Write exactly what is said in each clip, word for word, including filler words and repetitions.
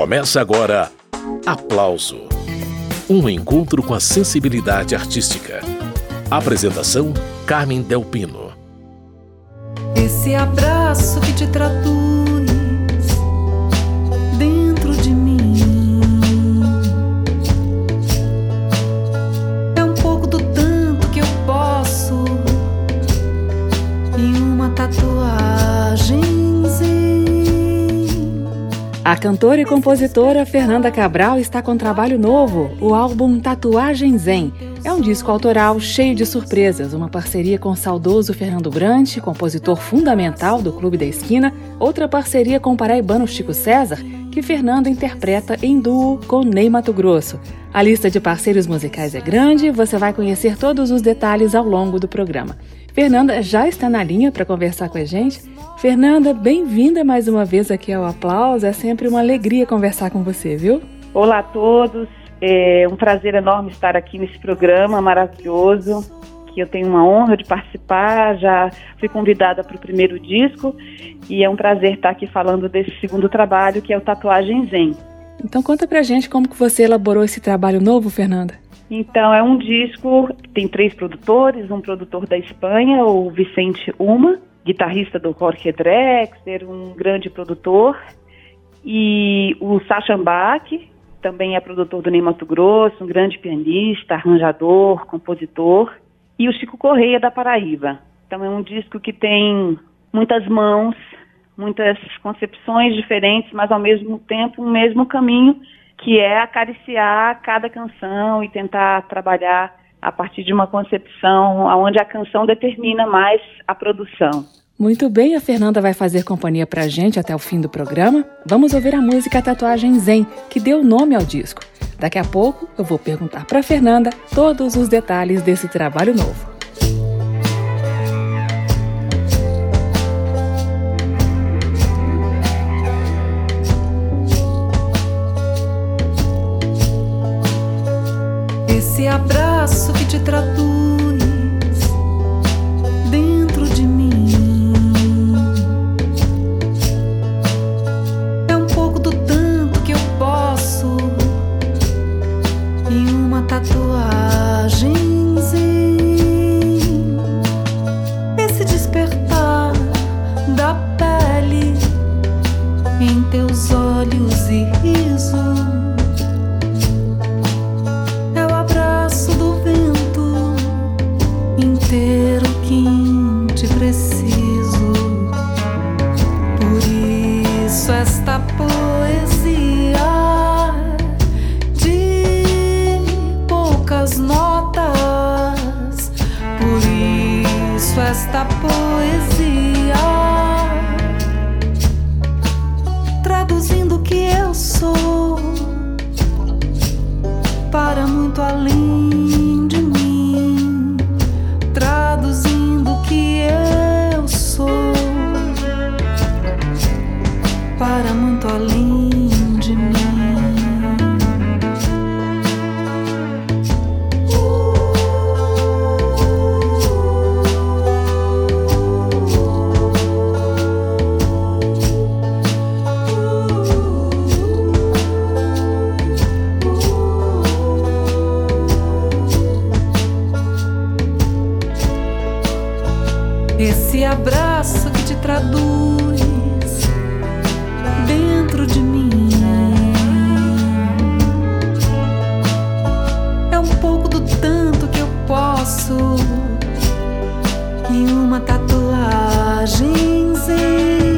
Começa agora Aplauso, um encontro com a sensibilidade artística. Apresentação, Carmen Del Pino. Esse abraço que te traduz dentro de mim é um pouco do tanto que eu posso em uma tatuagem. A cantora e compositora Fernanda Cabral está com um trabalho novo, o álbum Tatuagem Zen. É um disco autoral cheio de surpresas, uma parceria com o saudoso Fernando Brant, compositor fundamental do Clube da Esquina, outra parceria com o paraibano Chico César, que Fernanda interpreta em duo com Ney Matogrosso. A lista de parceiros musicais é grande e você vai conhecer todos os detalhes ao longo do programa. Fernanda já está na linha para conversar com a gente. Fernanda, bem-vinda mais uma vez aqui ao Aplauso. É sempre uma alegria conversar com você, viu? Olá a todos. É um prazer enorme estar aqui nesse programa maravilhoso, que eu tenho uma honra de participar. Já fui convidada para o primeiro disco e é um prazer estar aqui falando desse segundo trabalho, que é o Tatuagem Zen. Então conta pra gente como que você elaborou esse trabalho novo, Fernanda. Então, é um disco que tem três produtores, um produtor da Espanha, o Vicente Uma, guitarrista do Jorge Drexler, um grande produtor, e o Sacha Bach, também é produtor do Ney Matogrosso, um grande pianista, arranjador, compositor, e o Chico Correia, da Paraíba. Então, é um disco que tem muitas mãos, muitas concepções diferentes, mas ao mesmo tempo um mesmo caminho, que é acariciar cada canção e tentar trabalhar a partir de uma concepção onde a canção determina mais a produção. Muito bem, a Fernanda vai fazer companhia pra gente até o fim do programa. Vamos ouvir a música Tatuagem Zen, que deu nome ao disco. Daqui a pouco eu vou perguntar pra Fernanda todos os detalhes desse trabalho novo. Esse abraço que te traduz dentro de mim é um pouco do tanto que eu posso em uma tatuagem. Esse despertar da pele em teus olhos e riso inteiro que te preciso. Por isso esta poesia de poucas notas. Por isso esta poesia traduzindo o que eu sou para muito além de mim, traduzindo o que eu sou para muito além de mim. Esse abraço que te traduz dentro de mim é um pouco do tanto que eu posso em uma tatuagem zen.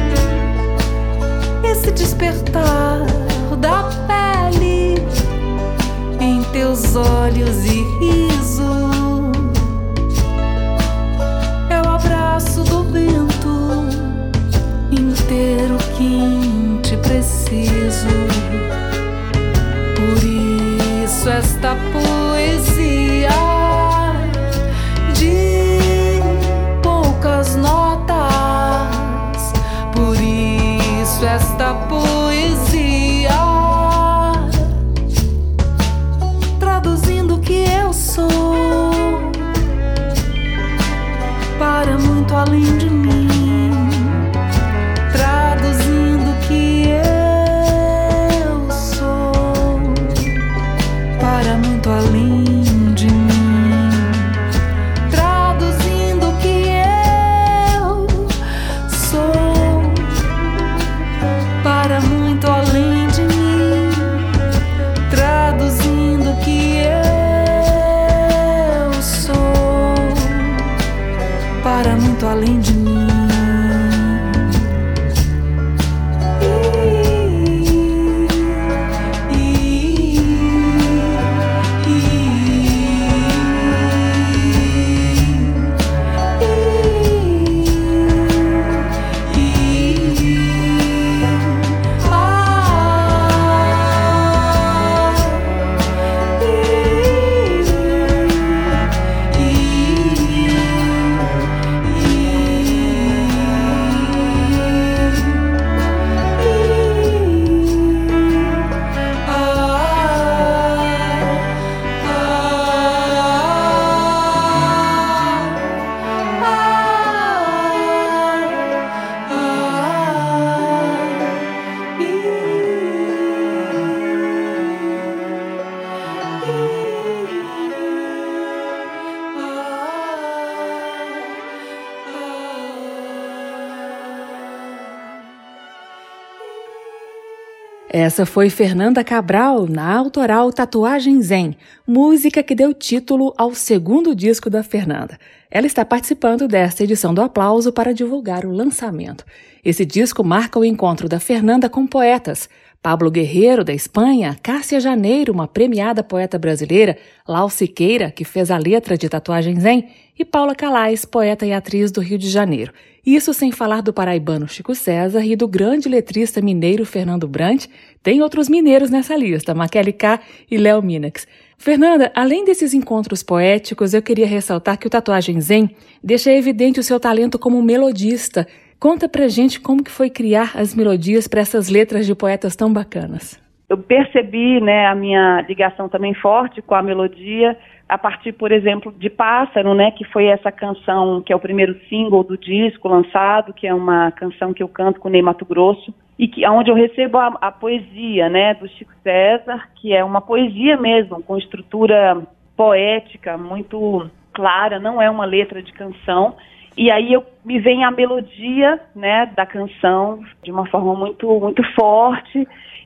Esse despertar da pele em teus olhos e riso do vento inteiro que te preciso. Por isso esta poesia de poucas notas. Por isso esta poesia traduzindo o que eu sou para muito além de mim, traduzindo o que além de mim. Essa foi Fernanda Cabral, na autoral Tatuagem Zen, música que deu título ao segundo disco da Fernanda. Ela está participando desta edição do Aplauso para divulgar o lançamento. Esse disco marca o encontro da Fernanda com poetas. Pablo Guerreiro, da Espanha, Cássia Janeiro, uma premiada poeta brasileira, Lau Siqueira, que fez a letra de Tatuagem Zen, e Paula Calais, poeta e atriz do Rio de Janeiro. Isso sem falar do paraibano Chico César e do grande letrista mineiro Fernando Brant. Tem outros mineiros nessa lista, Maquele K e Léo Minax. Fernanda, além desses encontros poéticos, eu queria ressaltar que o Tatuagem Zen deixa evidente o seu talento como melodista. Conta pra gente como que foi criar as melodias para essas letras de poetas tão bacanas. Eu percebi, né, a minha ligação também forte com a melodia a partir, por exemplo, de Pássaro, né, que foi essa canção que é o primeiro single do disco lançado, que é uma canção que eu canto com o Ney Matogrosso, e que, onde eu recebo a, a poesia, né, do Chico César, que é uma poesia mesmo, com estrutura poética muito clara, não é uma letra de canção. E aí eu, me vem a melodia, né, da canção de uma forma muito, muito forte.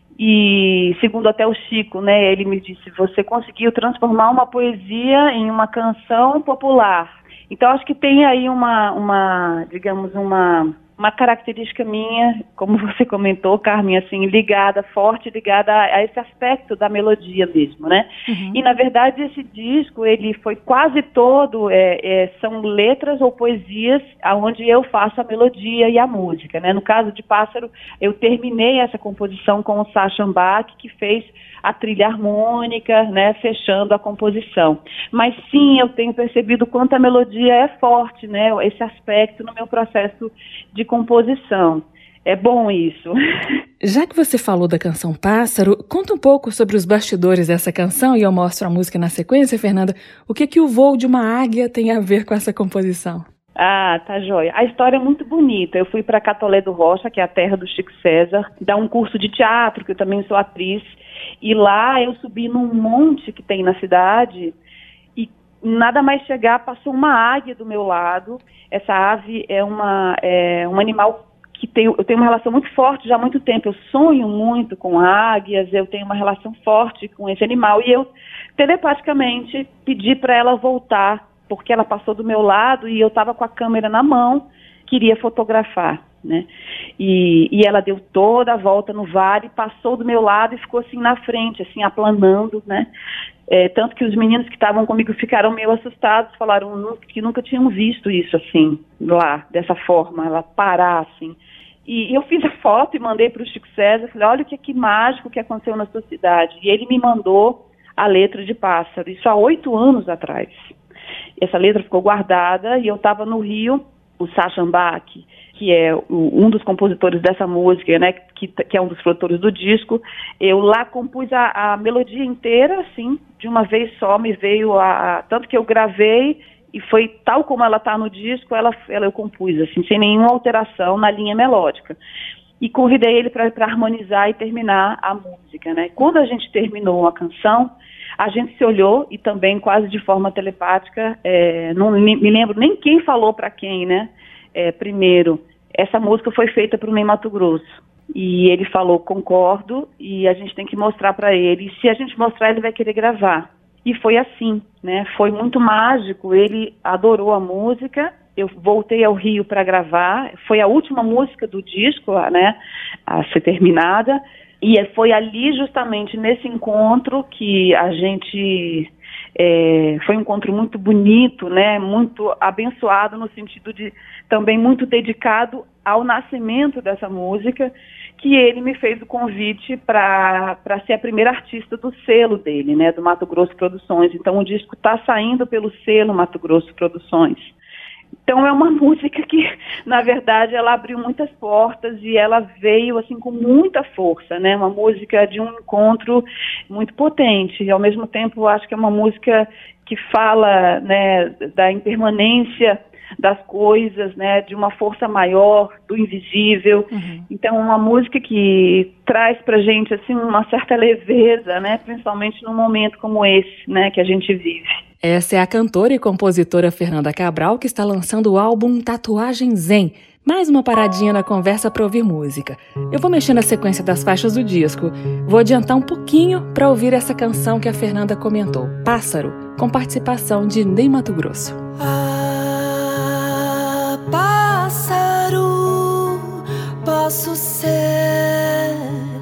E segundo até o Chico, né, ele me disse, você conseguiu transformar uma poesia em uma canção popular. Então acho que tem aí uma, uma digamos, uma, uma característica minha, como você comentou, Carmen, assim, ligada, forte, ligada a, a esse aspecto da melodia mesmo, né? Uhum. E na verdade esse disco, ele foi quase todo, é, é, são letras ou poesias onde eu faço a melodia e a música, né? No caso de Pássaro, eu terminei essa composição com o Sacha Ambach, que fez a trilha harmônica, né, fechando a composição. Mas sim, eu tenho percebido quanto a melodia é forte, né, esse aspecto no meu processo de composição. É bom isso. Já que você falou da canção Pássaro, conta um pouco sobre os bastidores dessa canção e eu mostro a música na sequência, Fernanda. O que que o voo de uma águia tem a ver com essa composição? Ah, tá joia. A história é muito bonita. Eu fui para Catolé do Rocha, que é a terra do Chico César, dar um curso de teatro, que eu também sou atriz. E lá eu subi num monte que tem na cidade e nada mais chegar, passou uma águia do meu lado. Essa ave é, uma, é um animal que tem, eu tenho uma relação muito forte já há muito tempo. Eu sonho muito com águias, eu tenho uma relação forte com esse animal. E eu telepaticamente pedi para ela voltar, porque ela passou do meu lado e eu estava com a câmera na mão, queria fotografar, né? E, e ela deu toda a volta no vale, passou do meu lado e ficou assim na frente, assim, aplanando, né? É, tanto que os meninos que estavam comigo ficaram meio assustados, falaram que nunca tinham visto isso assim, lá, dessa forma, ela parar assim. E eu fiz a foto e mandei para o Chico César, falei, olha o que, que mágico que aconteceu na sua cidade. E ele me mandou a letra de Pássaro, isso há oito anos atrás. Essa letra ficou guardada e eu estava no Rio, o Sacha Ambach, que é o, um dos compositores dessa música, né, que, que é um dos produtores do disco, eu lá compus a, a melodia inteira, assim, de uma vez só, me veio a, a... Tanto que eu gravei e foi tal como ela está no disco, ela, ela eu compus, assim, sem nenhuma alteração na linha melódica. E convidei ele para harmonizar e terminar a música, né. Quando a gente terminou a canção, a gente se olhou e também quase de forma telepática, é, não me, me lembro nem quem falou para quem, né? É, primeiro, essa música foi feita para o Ney Matogrosso e ele falou, concordo, e a gente tem que mostrar para ele, e se a gente mostrar ele vai querer gravar. E foi assim, né? Foi muito mágico, ele adorou a música, eu voltei ao Rio para gravar, foi a última música do disco, né, a ser terminada, e foi ali justamente nesse encontro que a gente, é, foi um encontro muito bonito, né, muito abençoado no sentido de também muito dedicado ao nascimento dessa música, que ele me fez o convite para ser a primeira artista do selo dele, né, do Mato Grosso Produções. Então o disco está saindo pelo selo Mato Grosso Produções. Então é uma música que, na verdade, ela abriu muitas portas e ela veio assim com muita força, né? Uma música de um encontro muito potente. E ao mesmo tempo, acho que é uma música que fala, né, da impermanência das coisas, né, de uma força maior, do invisível. Uhum. Então, uma música que traz pra gente, assim, uma certa leveza, né, principalmente num momento como esse, né, que a gente vive. Essa é a cantora e compositora Fernanda Cabral, que está lançando o álbum Tatuagem Zen. Mais uma paradinha na conversa para ouvir música. Eu vou mexer na sequência das faixas do disco. Vou adiantar um pouquinho para ouvir essa canção que a Fernanda comentou, Pássaro, com participação de Ney Matogrosso. Ah, pássaro, posso ser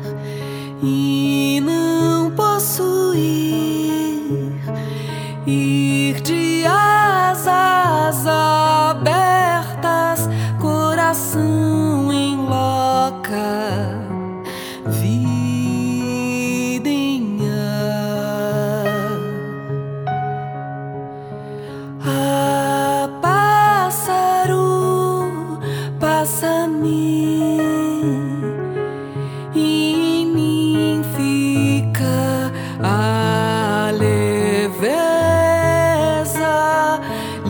e não posso ir, ir de asas abertas, coração em loca, vida em ar. Ah, pássaro, passa-me e em mim fica a leveza,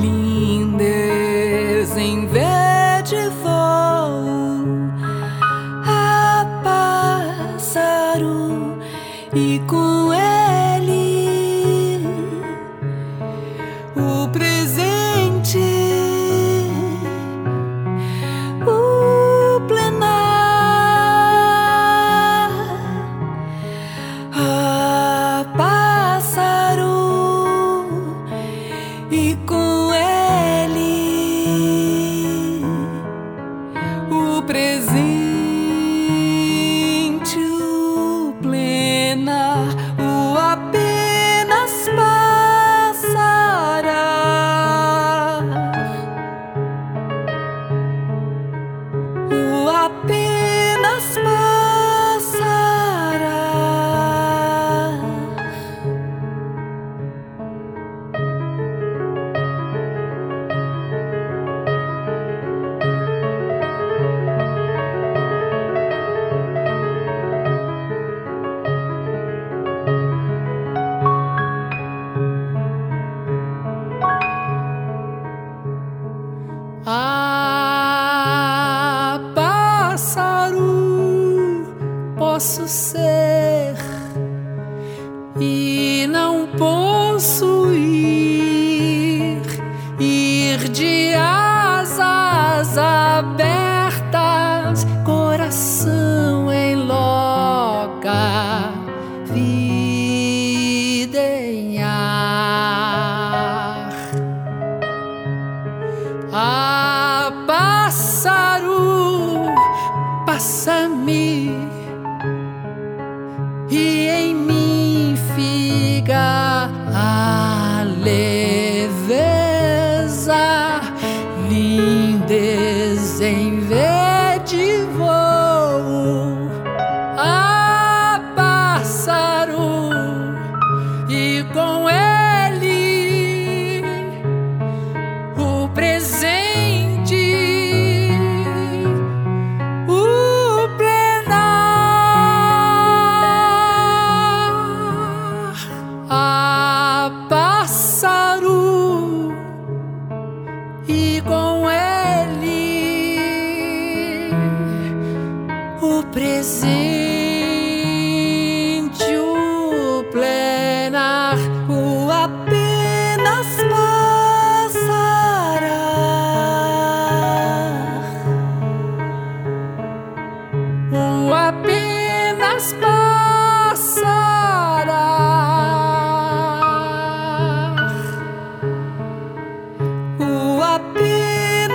lindeza em verde voo. Ah, pássaro, e com ele o presente, o plenar. Ah, pássaro, e com ele o presente, o plenar, o apenas passará, o apenas passará. Ah, pássaro, posso ser e não posso ir, ir de asas abertas, coração em loca, vida em ar. Ah, pássaro, passa-me e em mim fica a leveza, lindeza em verde voo. Ah, pássaro, e com ele o presente, o plenar. Ah, pássaro, e com ele o presente, o plenar, o apenas passará, o apenas passará, o apenas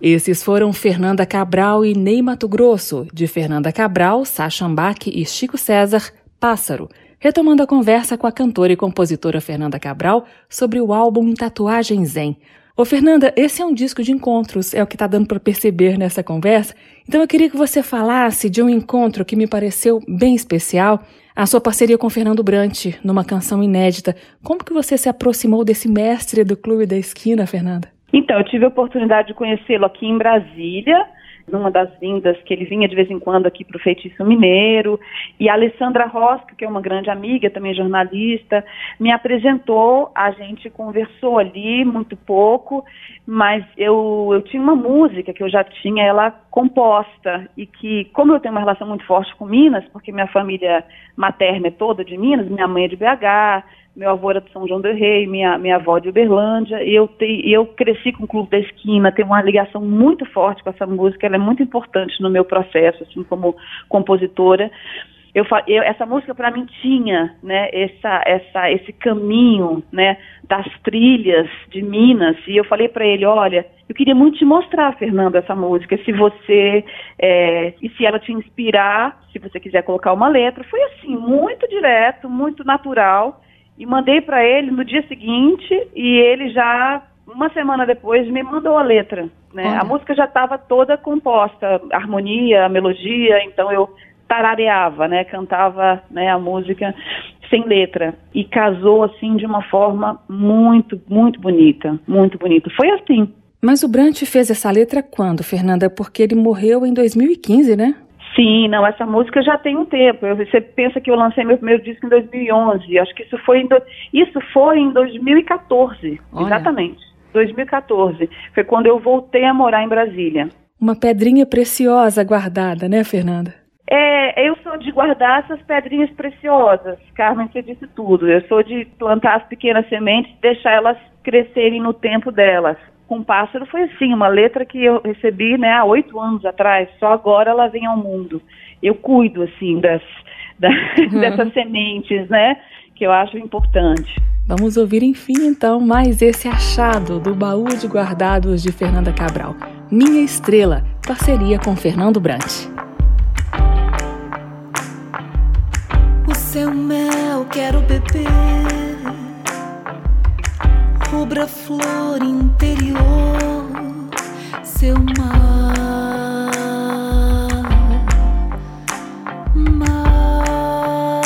Esses foram Fernanda Cabral e Ney Matogrosso, de Fernanda Cabral, Sacha Ambach e Chico César, Pássaro, retomando a conversa com a cantora e compositora Fernanda Cabral sobre o álbum Tatuagem Zen. Ô Fernanda, esse é um disco de encontros, é o que está dando para perceber nessa conversa. Então eu queria que você falasse de um encontro que me pareceu bem especial, a sua parceria com Fernando Brant, numa canção inédita. Como que você se aproximou desse mestre do Clube da Esquina, Fernanda? Então, eu tive a oportunidade de conhecê-lo aqui em Brasília, numa das vindas que ele vinha de vez em quando aqui para o Feitiço Mineiro, e a Alessandra Rosca, que é uma grande amiga, também jornalista, me apresentou, a gente conversou ali muito pouco, mas eu, eu tinha uma música que eu já tinha ela composta, e que, como eu tenho uma relação muito forte com Minas, porque minha família materna é toda de Minas, minha mãe é de B H, meu avô era de São João del Rei, minha, minha avó de Uberlândia, e eu, te, eu cresci com o Clube da Esquina, tenho uma ligação muito forte com essa música, ela é muito importante no meu processo, assim, como compositora. Eu, eu, essa música para mim tinha, né, essa, essa, esse caminho, né, das trilhas de Minas, e eu falei para ele, olha, eu queria muito te mostrar, Fernando, essa música, se você, é, e se ela te inspirar, se você quiser colocar uma letra. Foi assim, muito direto, muito natural, e mandei para ele no dia seguinte, e ele já, uma semana depois, me mandou a letra, né? Uhum. A música já estava toda composta, a harmonia, a melodia, então eu tarareava, né? Cantava, né, a música sem letra, e casou assim de uma forma muito, muito bonita, muito bonita. Foi assim. Mas o Brant fez essa letra quando, Fernanda? Porque ele morreu em dois mil e quinze, né? Sim, não, essa música já tem um tempo. Eu, você pensa que eu lancei meu primeiro disco em dois mil e onze. Acho que isso foi em, do, isso foi em dois mil e catorze. Olha. Exatamente. dois mil e catorze. Foi quando eu voltei a morar em Brasília. Uma pedrinha preciosa guardada, né, Fernanda? É, eu sou de guardar essas pedrinhas preciosas. Carmen, você disse tudo. Eu sou de plantar as pequenas sementes e deixar elas crescerem no tempo delas. Com Pássaro foi assim, uma letra que eu recebi, né, há oito anos atrás, só agora ela vem ao mundo. Eu cuido, assim, das, das, uhum. dessas sementes, né, que eu acho importante. Vamos ouvir, enfim, então, mais esse achado do baú de guardados de Fernanda Cabral. Minha Estrela, parceria com Fernando Brant. O seu mel quero beber, rubra flor interior, seu mar, mar,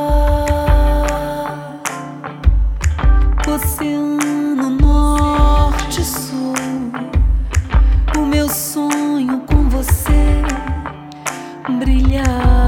oceano norte sul, o meu sonho com você brilhar.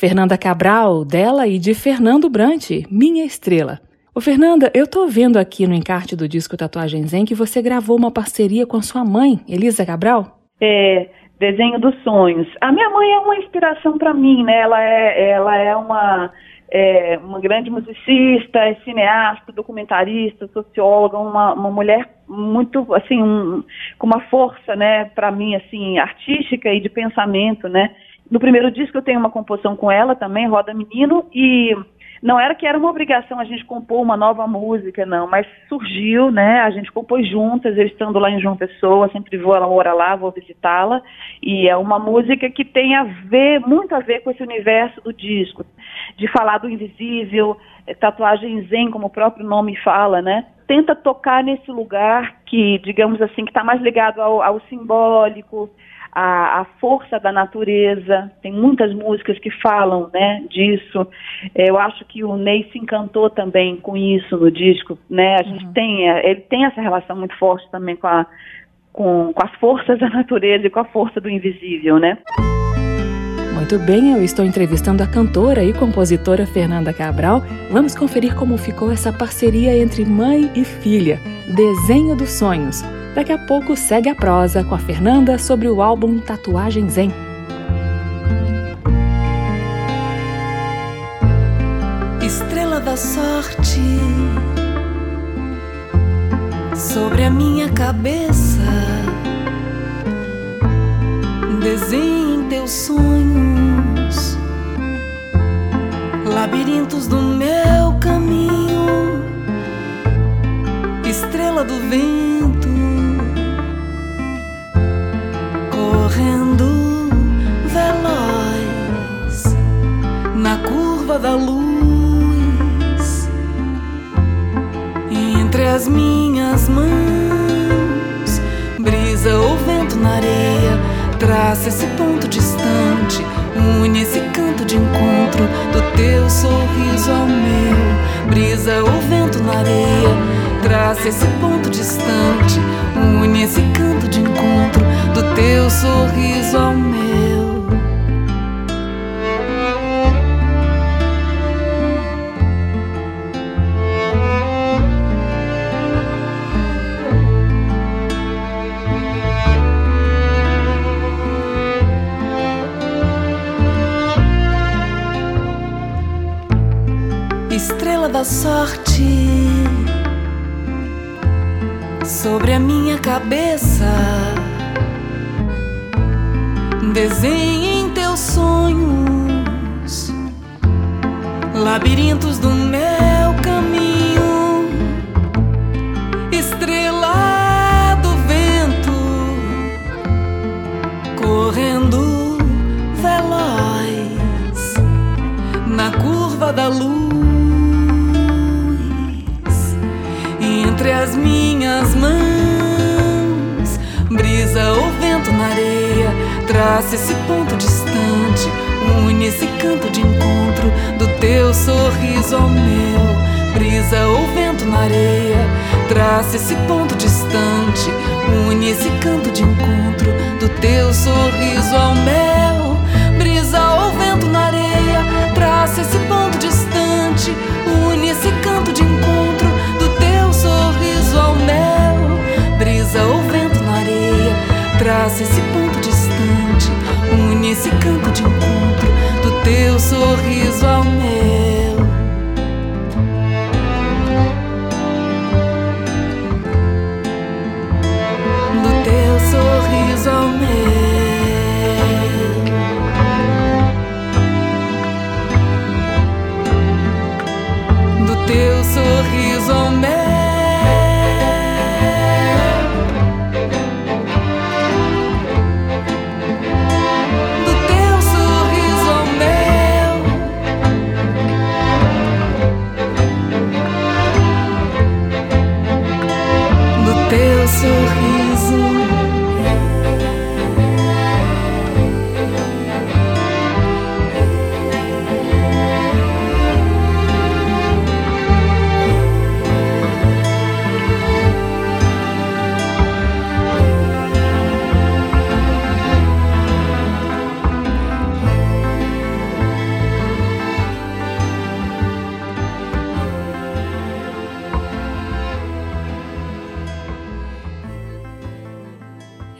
Fernanda Cabral, dela e de Fernando Brant, Minha Estrela. Ô Fernanda, eu tô vendo aqui no encarte do disco Tatuagem Zen que você gravou uma parceria com a sua mãe, Elisa Cabral? É, Desenho dos Sonhos. A minha mãe é uma inspiração para mim, né? Ela é, ela é uma, é, uma grande musicista, é cineasta, documentarista, socióloga, uma, uma mulher muito, assim, um, com uma força, né, para mim, assim, artística e de pensamento, né? No primeiro disco eu tenho uma composição com ela também, Roda Menino, e não era que era uma obrigação a gente compor uma nova música, não, mas surgiu, né, a gente compôs juntas, eu estando lá em João Pessoa, sempre vou, ela mora lá, vou visitá-la, e é uma música que tem a ver, muito a ver com esse universo do disco, de falar do invisível, Tatuagem Zen, como o próprio nome fala, né, tenta tocar nesse lugar que, digamos assim, que está mais ligado ao, ao simbólico, A, a força da natureza. Tem muitas músicas que falam, né, disso. Eu acho que o Ney se encantou também com isso no disco, né? A gente uhum. tem, ele tem essa relação muito forte também com, a, com, com as forças da natureza e com a força do invisível, né? Muito bem, eu estou entrevistando a cantora e compositora Fernanda Cabral. Vamos conferir como ficou essa parceria entre mãe e filha, Desenho dos Sonhos. Daqui a pouco segue a prosa com a Fernanda sobre o álbum Tatuagem Zen. Estrela da sorte sobre a minha cabeça, desenhe em teus sonhos labirintos do meu caminho. Estrela do vento correndo veloz na curva da luz, entre as minhas mãos, brisa ou vento na areia, traça esse ponto distante, une esse canto de encontro do teu sorriso ao meu. Brisa ou vento na areia, traça esse ponto distante, une esse canto de encontro do teu sorriso ao meu. Estrela da sorte sobre a minha cabeça, desenhe em teus sonhos labirintos do meu caminho. Estrela do vento correndo veloz na curva da luz, entre as minhas mãos, brisa ou vento na areia, traça esse ponto distante, une esse canto de encontro do teu sorriso ao meu. Brisa ou vento na areia, traça esse ponto distante, une esse canto de encontro do teu sorriso ao meu. Brisa ou vento na areia, traça esse ponto distante, une esse canto de encontro do teu sorriso ao meu. Brisa ou vento na areia, traça esse ponto distante, une esse canto de encontro do teu sorriso ao meu. Do teu sorriso ao meu. Do teu sorriso ao meu.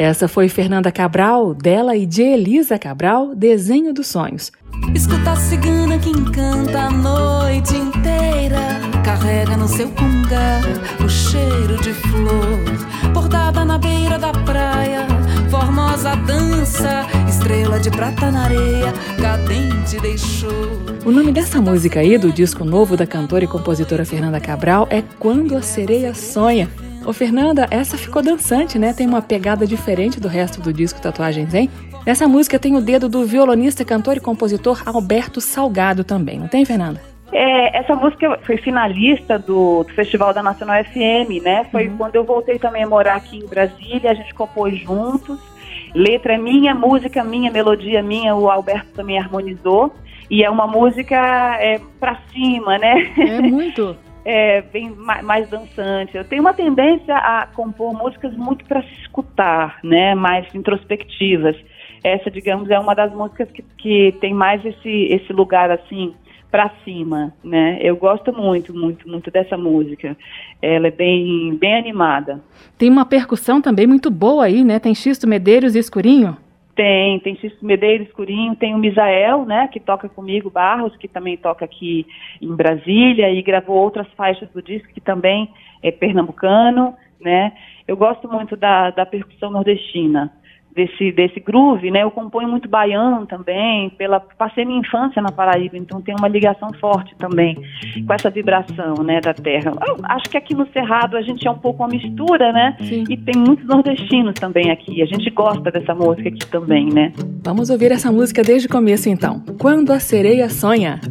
Essa foi Fernanda Cabral, dela e de Elisa Cabral, Desenho dos Sonhos. Escuta a cigana que encanta a noite inteira, carrega no seu pungar o cheiro de flor, bordada na beira da praia, formosa dança, estrela de prata na areia, cadente deixou. O nome dessa música aí, do disco novo da cantora e compositora Fernanda Cabral, é Quando a Sereia Sonha. Ô Fernanda, essa ficou dançante, né? Tem uma pegada diferente do resto do disco Tatuagem Zen. Nessa música tem o dedo do violonista, cantor e compositor Alberto Salgado também, não tem, Fernanda? É, essa música foi finalista do, do Festival da Nacional F M, né? Foi uhum. quando eu voltei também a morar aqui em Brasília, a gente compôs juntos. Letra minha, música minha, melodia minha, o Alberto também harmonizou. E é uma música é, pra cima, né? É muito... É, bem mais dançante. Eu tenho uma tendência a compor músicas muito para se escutar, né, mais introspectivas. Essa, digamos, é uma das músicas que, que tem mais esse, esse lugar, assim, para cima, né. Eu gosto muito, muito, muito dessa música. Ela é bem, bem animada. Tem uma percussão também muito boa aí, né, tem Xisto Medeiros e Escurinho. Tem, tem Xisto Medeiros, Escurinho, tem o Misael, né, que toca comigo, Barros, que também toca aqui em Brasília e gravou outras faixas do disco, que também é pernambucano, né. Eu gosto muito da, da percussão nordestina, desse, desse groove, né. Eu componho muito baiano também, pela, passei minha infância na Paraíba, então tem uma ligação forte também com essa vibração, né, da terra. Eu acho que aqui no Cerrado a gente é um pouco uma mistura, né. Sim. E tem muitos nordestinos também aqui, a gente gosta dessa música aqui também, né. Vamos ouvir essa música desde o começo então. Quando a Sereia Sonha.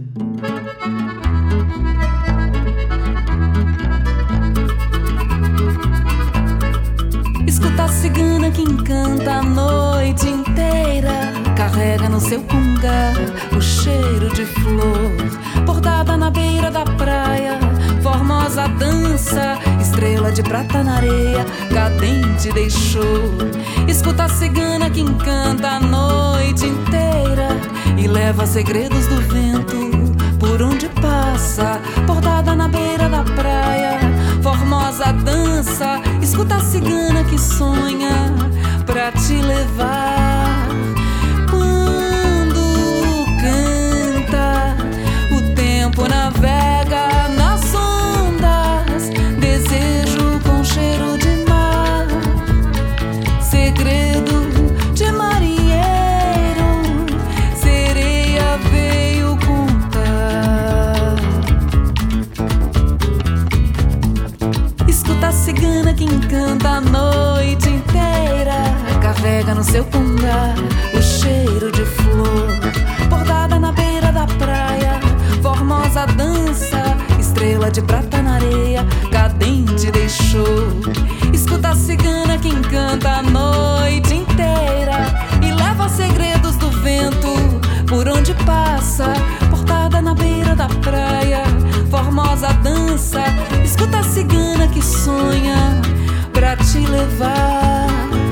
Escuta a cigana que encanta a noite inteira, carrega no seu pungar o cheiro de flor, bordada na beira da praia, formosa dança, estrela de prata na areia, cadente deixou. Escuta a cigana que encanta a noite inteira e leva segredos do vento por onde passa, bordada na beira da praia, formosa dança. Escuta a cigana que sonha pra te levar. Quando canta, o tempo navega nas ondas, desejo com cheiro de mar, segredo de marinheiro, sereia veio contar. Escuta a cigana que encanta a noite inteira, carrega no seu pungar o cheiro de flor, bordada na beira da praia, formosa dança, estrela de prata na areia, cadente deixou. Escuta a cigana que encanta a noite inteira e leva segredos do vento por onde passa, bordada na beira da praia, formosa dança. Escuta a cigana que sonha pra te levar.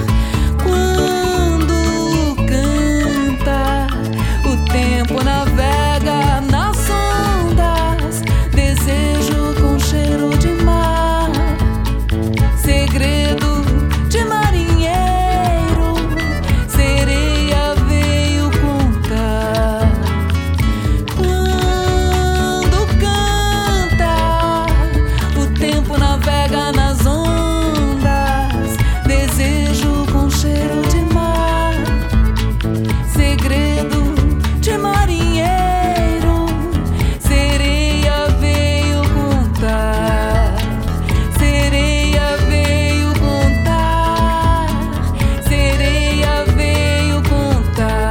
Quando canta, o tempo navega nas ondas, desejo com cheiro de mar, segredo de marinheiro, sereia veio contar. Quando canta, o tempo navega nas ondas, desejo com cheiro de mar, segredo de marinheiro, sereia veio contar, sereia veio contar, sereia veio contar.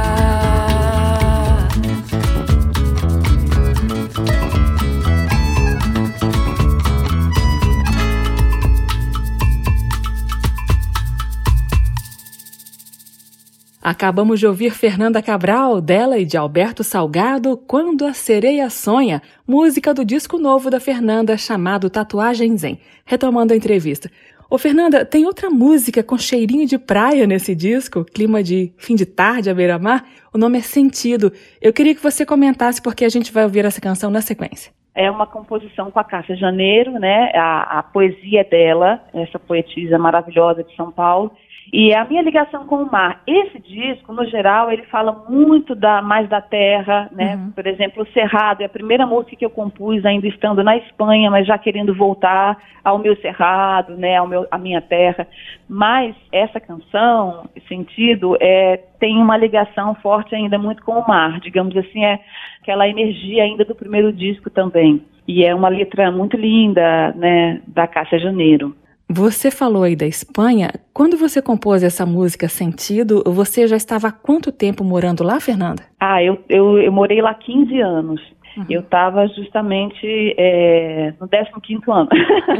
Acabamos de ouvir Fernanda Cabral, dela e de Alberto Salgado, Quando a Sereia Sonha, música do disco novo da Fernanda chamado Tatuagem Zen. Retomando a entrevista. Ô Fernanda, tem outra música com cheirinho de praia nesse disco, clima de fim de tarde à beira-mar? O nome é Sentido. Eu queria que você comentasse porque a gente vai ouvir essa canção na sequência. É uma composição com a Cássia Janeiro, né? A, a poesia dela, essa poetisa maravilhosa de São Paulo. E a minha ligação com o mar. Esse disco, no geral, ele fala muito da, mais da terra, né? Uhum. Por exemplo, o Cerrado é a primeira música que eu compus ainda estando na Espanha, mas já querendo voltar ao meu Cerrado, né? Ao meu, à minha terra. Mas essa canção, Sentido, é, tem uma ligação forte ainda muito com o mar. Digamos assim, é aquela energia ainda do primeiro disco também. E é uma letra muito linda, né? Da Cássia Janeiro. Você falou aí da Espanha. Quando você compôs essa música Sentido, você já estava há quanto tempo morando lá, Fernanda? Ah, eu, eu, eu morei lá quinze anos. Uhum. Eu estava justamente é, no décimo quinto ano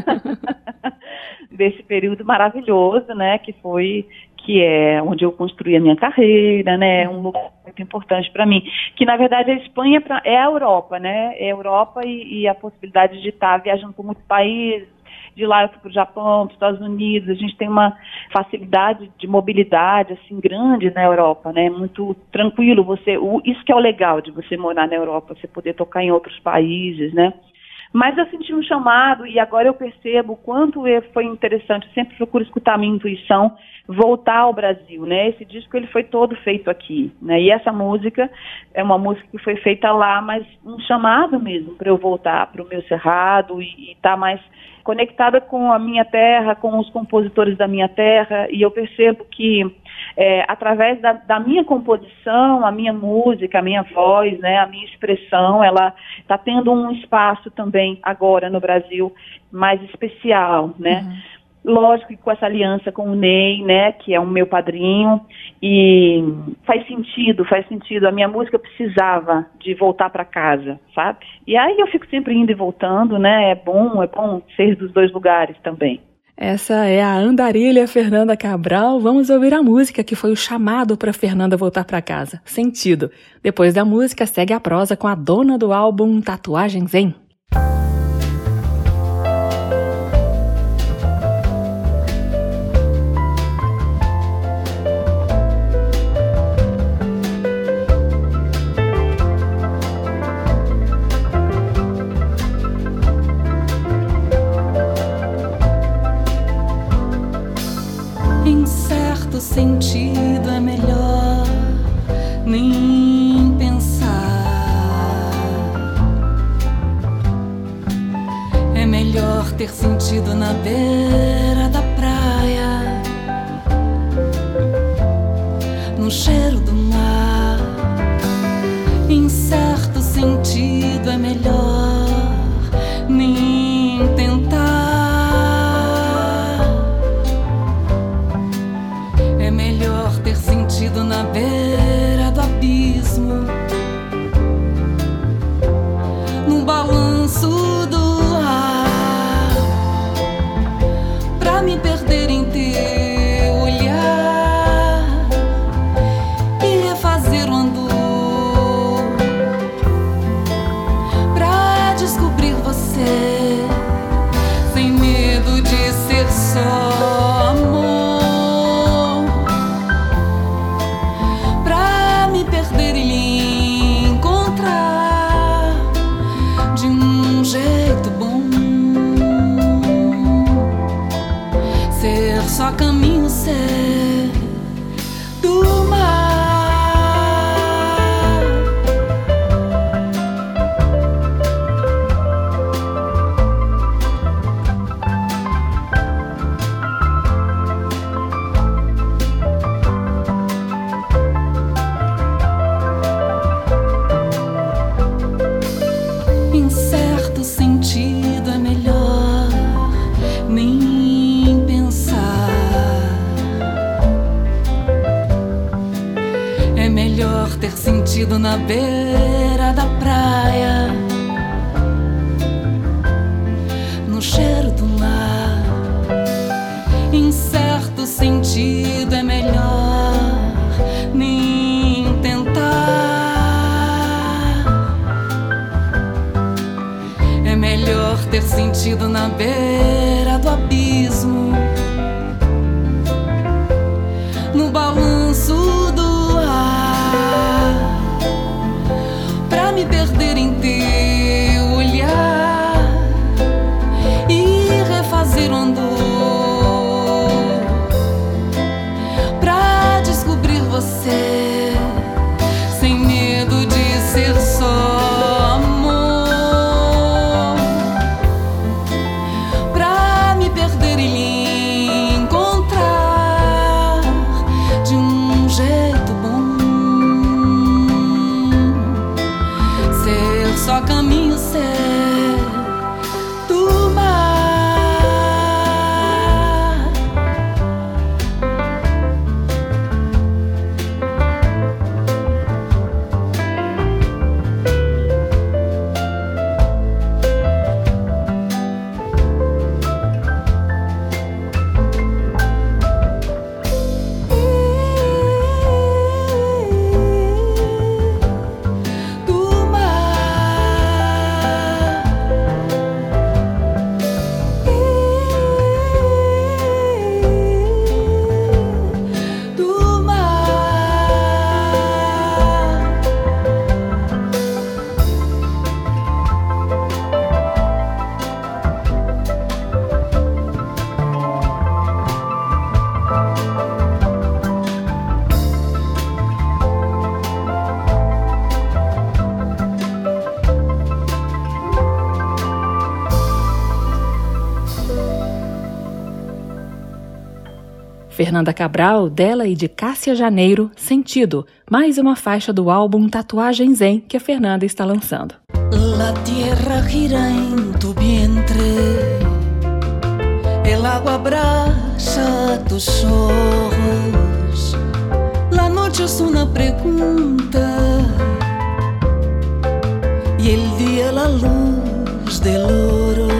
desse período maravilhoso, né, que foi, que é onde eu construí a minha carreira, né, um lugar muito importante para mim, que na verdade a Espanha é a Europa, né, é a Europa e, e a possibilidade de estar viajando por muitos países. De lá eu fui para o Japão, para os Estados Unidos, a gente tem uma facilidade de mobilidade, assim, grande na Europa, né, muito tranquilo, você, o, isso que é o legal de você morar na Europa, você poder tocar em outros países, né. Mas eu senti um chamado e agora eu percebo o quanto foi interessante, eu sempre procuro escutar a minha intuição, voltar ao Brasil, né, esse disco ele foi todo feito aqui, né, e essa música é uma música que foi feita lá, mas um chamado mesmo para eu voltar para o meu Cerrado e estar tá mais conectada com a minha terra, com os compositores da minha terra, e eu percebo que é, através da, da minha composição, a minha música, a minha voz, né, a minha expressão, ela está tendo um espaço também agora no Brasil mais especial, né? Uhum. Lógico que com essa aliança com o Ney, né, que é o meu padrinho, e faz sentido, faz sentido. A minha música precisava de voltar para casa, sabe? E aí eu fico sempre indo e voltando, né? É bom, é bom ser dos dois lugares também. Essa é a andarilha Fernanda Cabral. Vamos ouvir a música que foi o chamado para Fernanda voltar para casa. Sentido. Depois da música, segue a prosa com a dona do álbum Tatuagem Zen. Sentido é melhor nem pensar. É melhor ter sentido na beira da praia, no cheiro do mar. Em certo sentido é melhor nem tentar. Ter sentido na beira do abismo, no balanço do ar, pra me perder em teu olhar e refazer o andor, pra descobrir você sem medo de ser só amor. Só caminho ser do mar. Em certo sentido é melhor nem pensar. É melhor ter sentido na beira da praia, no cheiro do mar. Em certo sentido é melhor nem tentar. É melhor ter sentido na beira do abismo, no balanço do ar, pra me perder em teu olhar e refazer o andor, só caminho certo do mar. Fernanda Cabral, dela e de Cássia Janeiro, Sentido, mais uma faixa do álbum Tatuagem Zen que a Fernanda está lançando. La tierra gira en tu vientre, el agua abraça tus ojos, la noche es una pregunta y el día la luz del oro.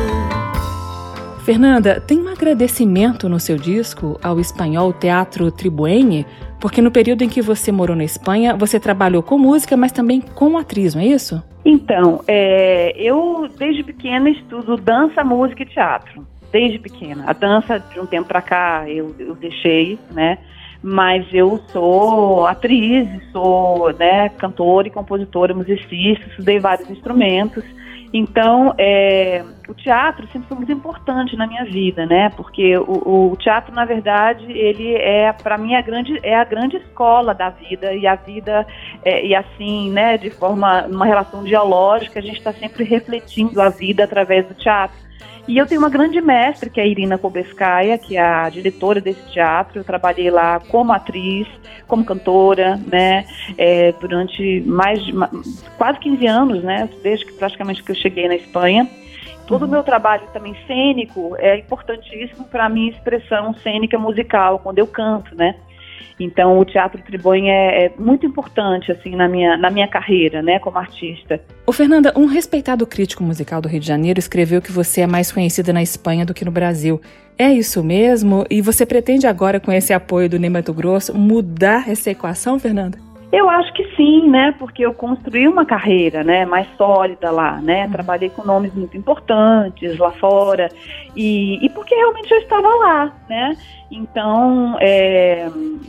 Fernanda, tem um agradecimento no seu disco ao espanhol Teatro Tribuene, porque no período em que você morou na Espanha, você trabalhou com música, mas também com atriz, não é isso? Então, é, eu desde pequena estudo dança, música e teatro. Desde pequena. A dança, de um tempo pra cá, eu, eu deixei, né? Mas eu sou atriz, sou, né, cantora e compositora, musicista, estudei vários instrumentos. Então, é, o teatro sempre foi muito importante na minha vida, né? Porque o, o teatro, na verdade, ele é, para mim, a grande, é a grande escola da vida. E a vida, é, e assim, né, de forma, numa relação dialógica, a gente está sempre refletindo a vida através do teatro. E eu tenho uma grande mestre, que é a Irina Kobeskaia, que é a diretora desse teatro. Eu trabalhei lá como atriz, como cantora, né, é, durante mais de quase quinze anos, né, desde que praticamente que eu cheguei na Espanha. Todo o meu trabalho também cênico é importantíssimo para a minha expressão cênica musical, quando eu canto, né. Então, o Teatro Tribuene é, é muito importante, assim, na minha, na minha carreira, né, como artista. Ô, Fernanda, um respeitado crítico musical do Rio de Janeiro escreveu que você é mais conhecida na Espanha do que no Brasil. É isso mesmo? E você pretende agora, com esse apoio do Ney Matogrosso, mudar essa equação, Fernanda? Eu acho que sim, né, porque eu construí uma carreira, né, mais sólida lá, né, uhum. Trabalhei com nomes muito importantes lá fora, e, e porque realmente eu estava lá, né, então, é,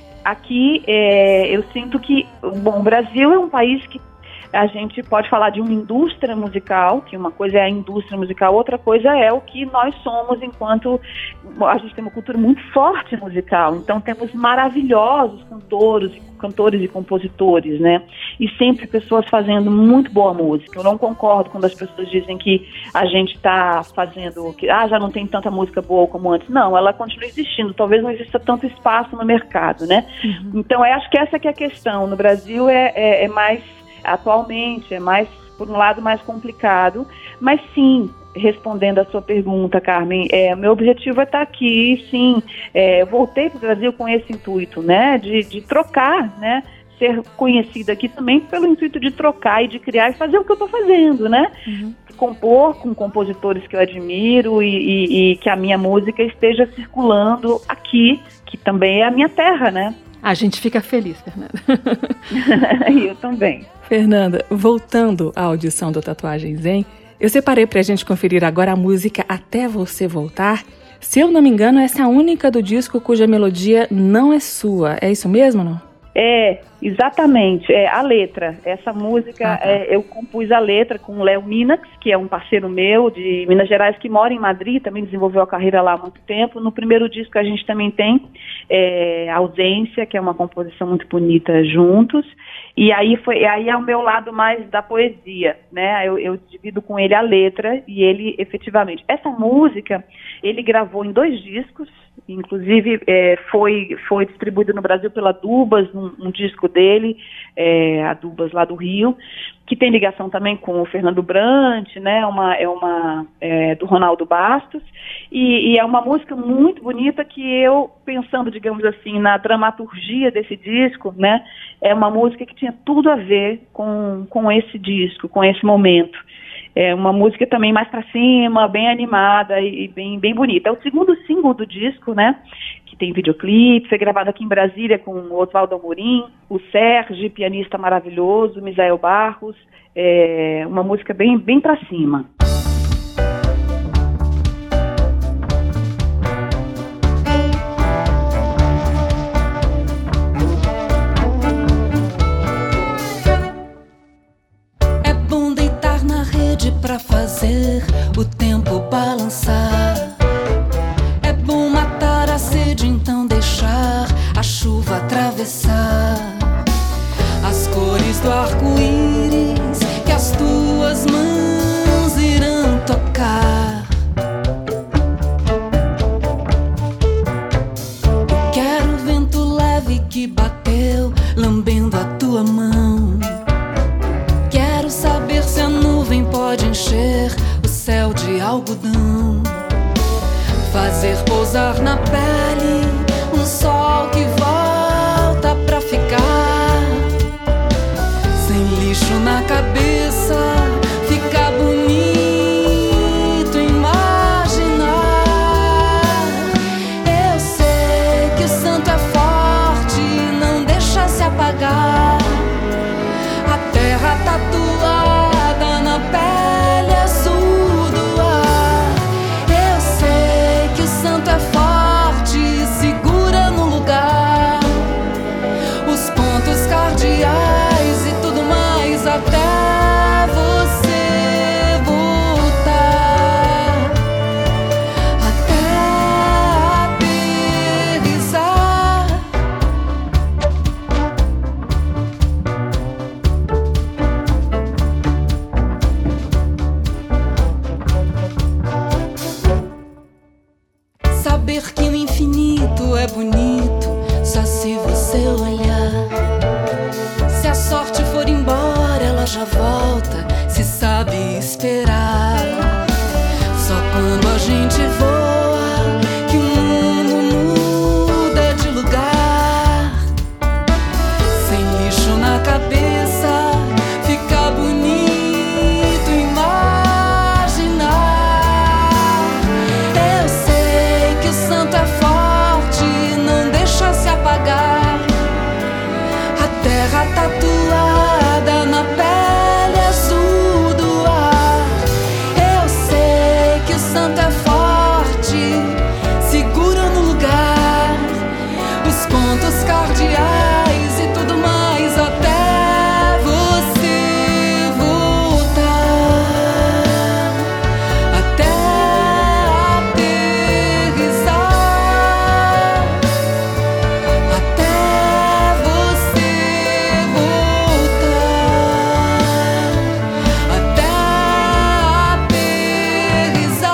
aqui é, eu sinto que, bom, o Brasil é um país que a gente pode falar de uma indústria musical, que uma coisa é a indústria musical, outra coisa é o que nós somos enquanto a gente tem uma cultura muito forte musical. Então temos maravilhosos cantores, cantores e compositores, né? E sempre pessoas fazendo muito boa música. Eu não concordo quando as pessoas dizem que a gente está fazendo, que ah, já não tem tanta música boa como antes. Não, ela continua existindo. Talvez não exista tanto espaço no mercado, né? Uhum. Então eu acho que essa que é a questão. No Brasil é, é, é mais atualmente, é mais, por um lado, mais complicado, mas sim, respondendo a sua pergunta, Carmen, é, meu objetivo é estar aqui, sim, é, eu voltei para o Brasil com esse intuito, né, de, de trocar, né, ser conhecida aqui também pelo intuito de trocar e de criar e fazer o que eu estou fazendo, né, uhum. Compor com compositores que eu admiro e, e, e que a minha música esteja circulando aqui, que também é a minha terra, né. A gente fica feliz, Fernanda. Eu também. Fernanda, voltando à audição do Tatuagem Zen, eu separei pra gente conferir agora a música Até Você Voltar. Se eu não me engano, essa é a única do disco cuja melodia não é sua. É isso mesmo, não? É, exatamente. É a letra. Essa música, ah, tá. é, eu compus a letra com o Léo Minax, que é um parceiro meu de Minas Gerais, que mora em Madrid, também desenvolveu a carreira lá há muito tempo. No primeiro disco a gente também tem é, Ausência, que é uma composição muito bonita juntos. E aí, foi, aí é o meu lado mais da poesia, né? Eu, eu divido com ele a letra e ele, efetivamente... Essa música, ele gravou em dois discos, inclusive é, foi, foi distribuído no Brasil pela Dubas, um, um disco dele, é, adubas lá do Rio, que tem ligação também com o Fernando Brant, né, uma, é uma é, do Ronaldo Bastos, e, e é uma música muito bonita que eu, pensando, digamos assim, na dramaturgia desse disco, né, é uma música que tinha tudo a ver com, com esse disco, com esse momento. É uma música também mais pra cima, bem animada e bem, bem bonita. É o segundo single do disco, né, que tem videoclipe, foi gravado aqui em Brasília com o Oswaldo Amorim, o Sérgio, pianista maravilhoso, Misael Barros, é uma música bem, bem pra cima. É bom deitar na rede pra fazer o tempo balançar. É bom matar a sede, então deixar a chuva atravessar as cores do arco-íris que as tuas mãos irão tocar. Eu quero o vento leve que bateu, lambendo a tua mão. Quero saber se a nuvem pode encher o céu de algodão. Fazer pousar na pele um sol que volta pra ficar. Sem lixo na cabeça, fica bonito imaginar. Eu sei que o santo é forte, não deixa se apagar. A terra tatuada na pele azul do ar. Eu sei que o santo é forte, segura no lugar os pontos cardeais e tudo mais até você voltar, até aterrissar. Saber que o infinito é bonito só se você olhar. Se a sorte for embora, ela já volta, se sabe esperar. Só quando a gente voa que o mundo muda de lugar. Sem lixo na cabeça, fica bonito imaginar. Eu sei que o santo é forte, não deixa se apagar. A terra tatuada na pele azul do ar. Eu sei que o santo é forte, segura no lugar os pontos cardeais e tudo mais até você voltar, até aterrissar, até você voltar, até aterrissar.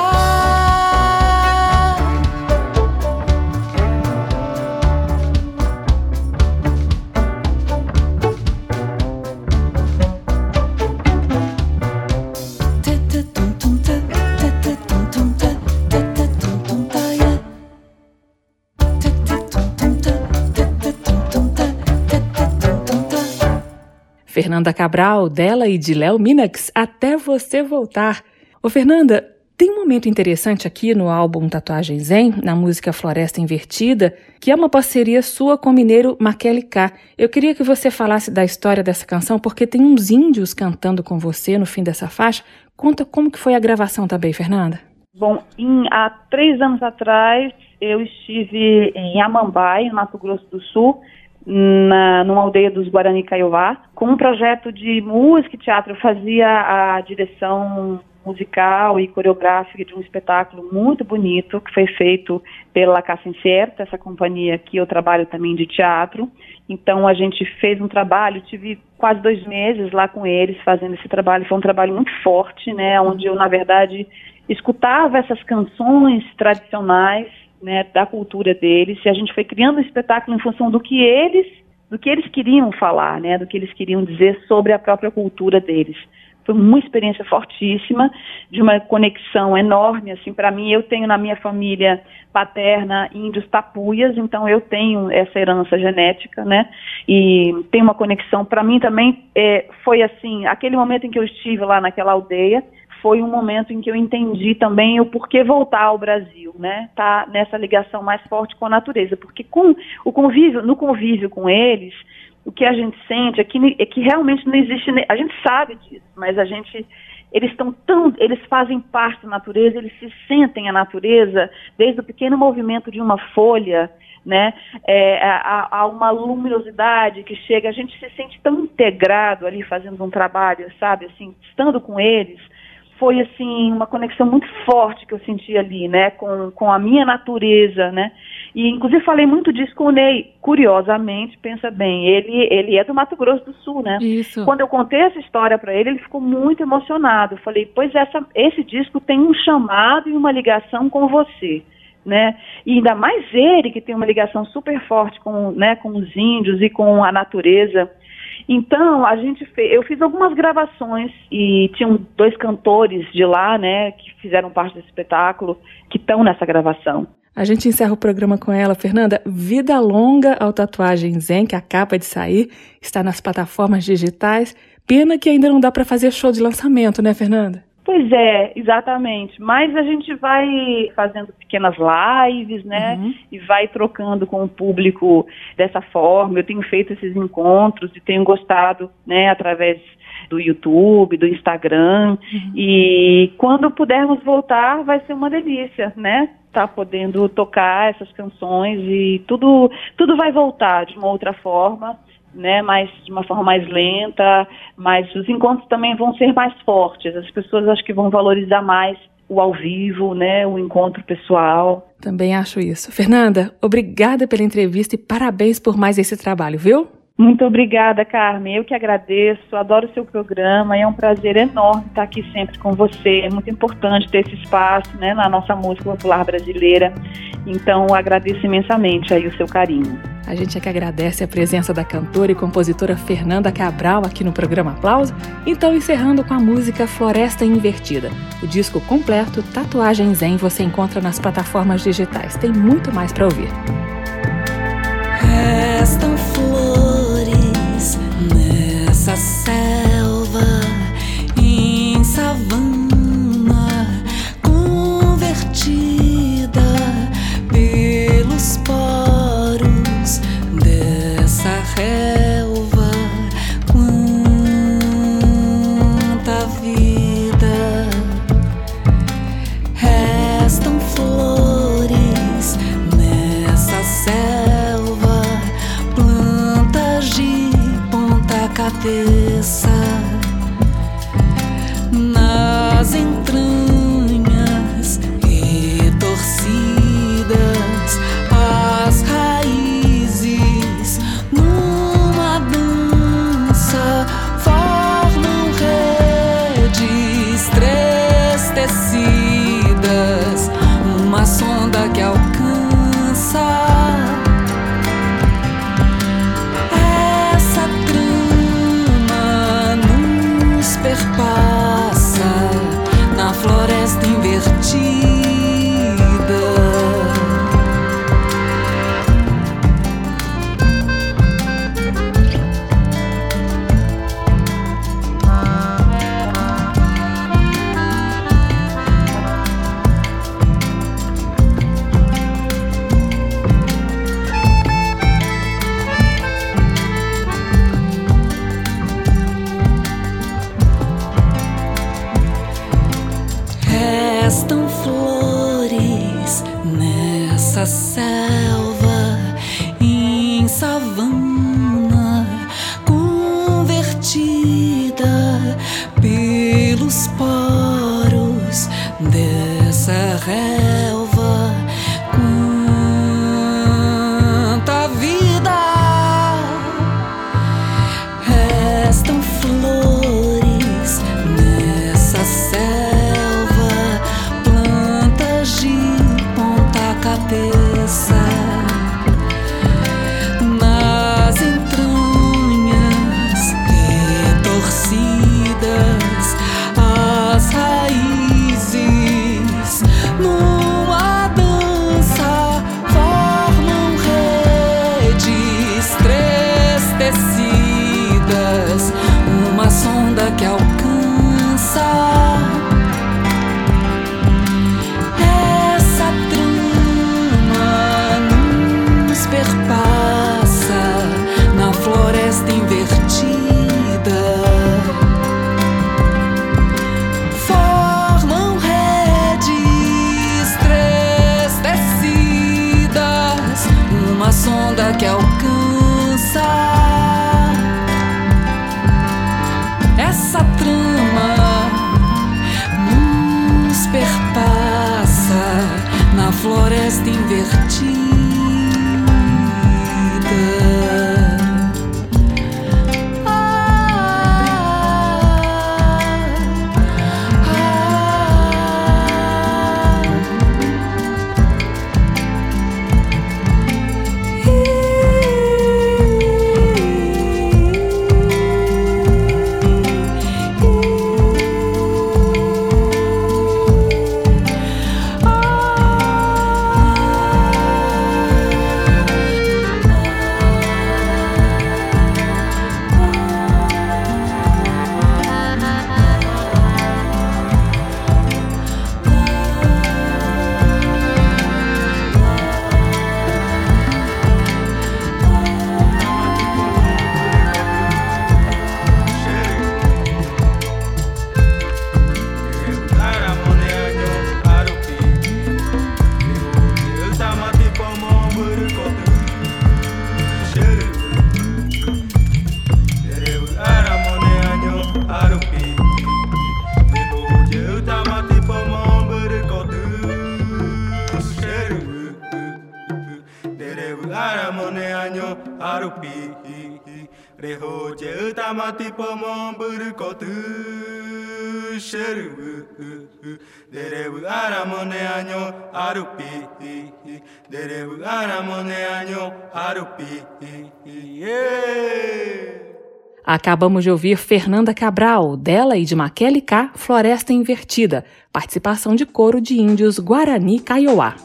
Fernanda Cabral, dela e de Léo Minax, Até Você Voltar. Ô Fernanda, tem um momento interessante aqui no álbum Tatuagem Zen, na música Floresta Invertida, que é uma parceria sua com o mineiro Makele K. Eu queria que você falasse da história dessa canção, porque tem uns índios cantando com você no fim dessa faixa. Conta como que foi a gravação também, Fernanda. Bom, em, há três anos atrás, eu estive em Amambai, no Mato Grosso do Sul, na, numa aldeia dos Guarani Kaiowá, com um projeto de música e teatro. Eu fazia a direção musical e coreográfica de um espetáculo muito bonito, que foi feito pela Casa Incerta, essa companhia que eu trabalho também de teatro. Então a gente fez um trabalho, tive quase dois meses lá com eles fazendo esse trabalho. Foi um trabalho muito forte, né, onde eu, na verdade, escutava essas canções tradicionais, né, da cultura deles, e a gente foi criando um espetáculo em função do que eles, do do que eles queriam falar, né, do que eles queriam dizer sobre a própria cultura deles. Foi uma experiência fortíssima, de uma conexão enorme, assim, para mim. Eu tenho na minha família paterna índios tapuias, então eu tenho essa herança genética, né, e tem uma conexão. Para mim também é, foi assim, aquele momento em que eu estive lá naquela aldeia, foi um momento em que eu entendi também o porquê voltar ao Brasil, né, tá nessa ligação mais forte com a natureza, porque com o convívio, no convívio com eles, o que a gente sente é que, é que realmente não existe, a gente sabe disso, mas a gente, eles estão tão, eles fazem parte da natureza, eles se sentem a natureza, desde o pequeno movimento de uma folha, né, é, há, há uma luminosidade que chega, a gente se sente tão integrado ali fazendo um trabalho, sabe, assim, estando com eles. Foi, assim, uma conexão muito forte que eu senti ali, né, com, com a minha natureza, né, e inclusive falei muito disso com o Ney, curiosamente, pensa bem, ele, ele é do Mato Grosso do Sul, né, Isso. Quando eu contei essa história para ele, ele ficou muito emocionado, eu falei, pois essa, esse disco tem um chamado e uma ligação com você, né, e ainda mais ele, que tem uma ligação super forte com, né, com os índios e com a natureza. Então, a gente fez, eu fiz algumas gravações e tinham dois cantores de lá, né, que fizeram parte desse espetáculo, que estão nessa gravação. A gente encerra o programa com ela, Fernanda. Vida longa ao Tatuagem Zen, que acaba de sair, está nas plataformas digitais. Pena que ainda não dá para fazer show de lançamento, né, Fernanda? Pois é, exatamente, mas a gente vai fazendo pequenas lives, né, uhum. e vai trocando com o público dessa forma. Eu tenho feito esses encontros e tenho gostado, né, através do YouTube, do Instagram, uhum. e quando pudermos voltar vai ser uma delícia, né, tá podendo tocar essas canções e tudo, tudo vai voltar de uma outra forma, né, mas de uma forma mais lenta, mas os encontros também vão ser mais fortes, as pessoas acho que vão valorizar mais o ao vivo, né, o encontro pessoal. Também acho isso. Fernanda, obrigada pela entrevista e parabéns por mais esse trabalho, viu? Muito obrigada, Carmen, eu que agradeço, adoro o seu programa e é um prazer enorme estar aqui sempre com você, é muito importante ter esse espaço, né, na nossa música popular brasileira, então agradeço imensamente aí o seu carinho. A gente é que agradece a presença da cantora e compositora Fernanda Cabral aqui no programa Aplauso, então encerrando com a música Floresta Invertida. O disco completo, Tatuagem Zen, você encontra nas plataformas digitais, tem muito mais para ouvir. Restam flores nessa selva, em savana, convertida pelos poros dessa relva. Quanta vida! Restam flores nessa selva, plantas de ponta cabeça, nas entranhas retorcidas, as raízes numa dança formam redes três tecidas, uma sonda que alcança. Perpassa na floresta invertida. Restam flores nessa selva, em savana, convertida pelos poros dessa relva. Quanta vida! Restam flores nessa selva, cabeça, nas entranhas arupi rehoje utamati pomon burkotu sheru derebu aramone anyo arupi derebu aramone anyo arupi yeah. Acabamos de ouvir Fernanda Cabral, dela e de Maquele K, Floresta Invertida, participação de coro de índios Guarani Kaiowá.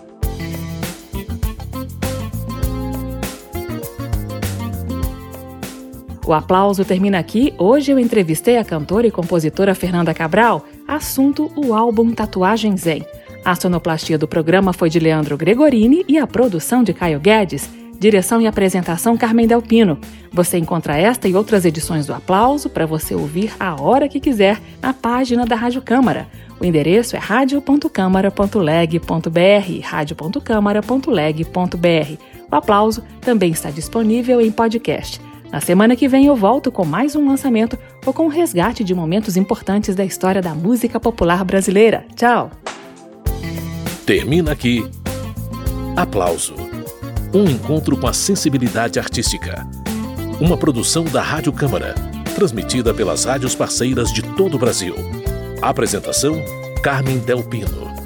O Aplauso termina aqui. Hoje eu entrevistei a cantora e compositora Fernanda Cabral, assunto o álbum Tatuagem Zen. A sonoplastia do programa foi de Leandro Gregorini e a produção de Caio Guedes. Direção e apresentação Carmen Del Pino. Você encontra esta e outras edições do Aplauso para você ouvir a hora que quiser na página da Rádio Câmara. O endereço é radio ponto câmara ponto leg ponto br, radio ponto câmara ponto leg ponto br. O Aplauso também está disponível em podcast. Na semana que vem eu volto com mais um lançamento ou com um resgate de momentos importantes da história da música popular brasileira. Tchau! Termina aqui Aplauso. Um encontro com a sensibilidade artística. Uma produção da Rádio Câmara, transmitida pelas rádios parceiras de todo o Brasil. Apresentação, Carmen Del Pino.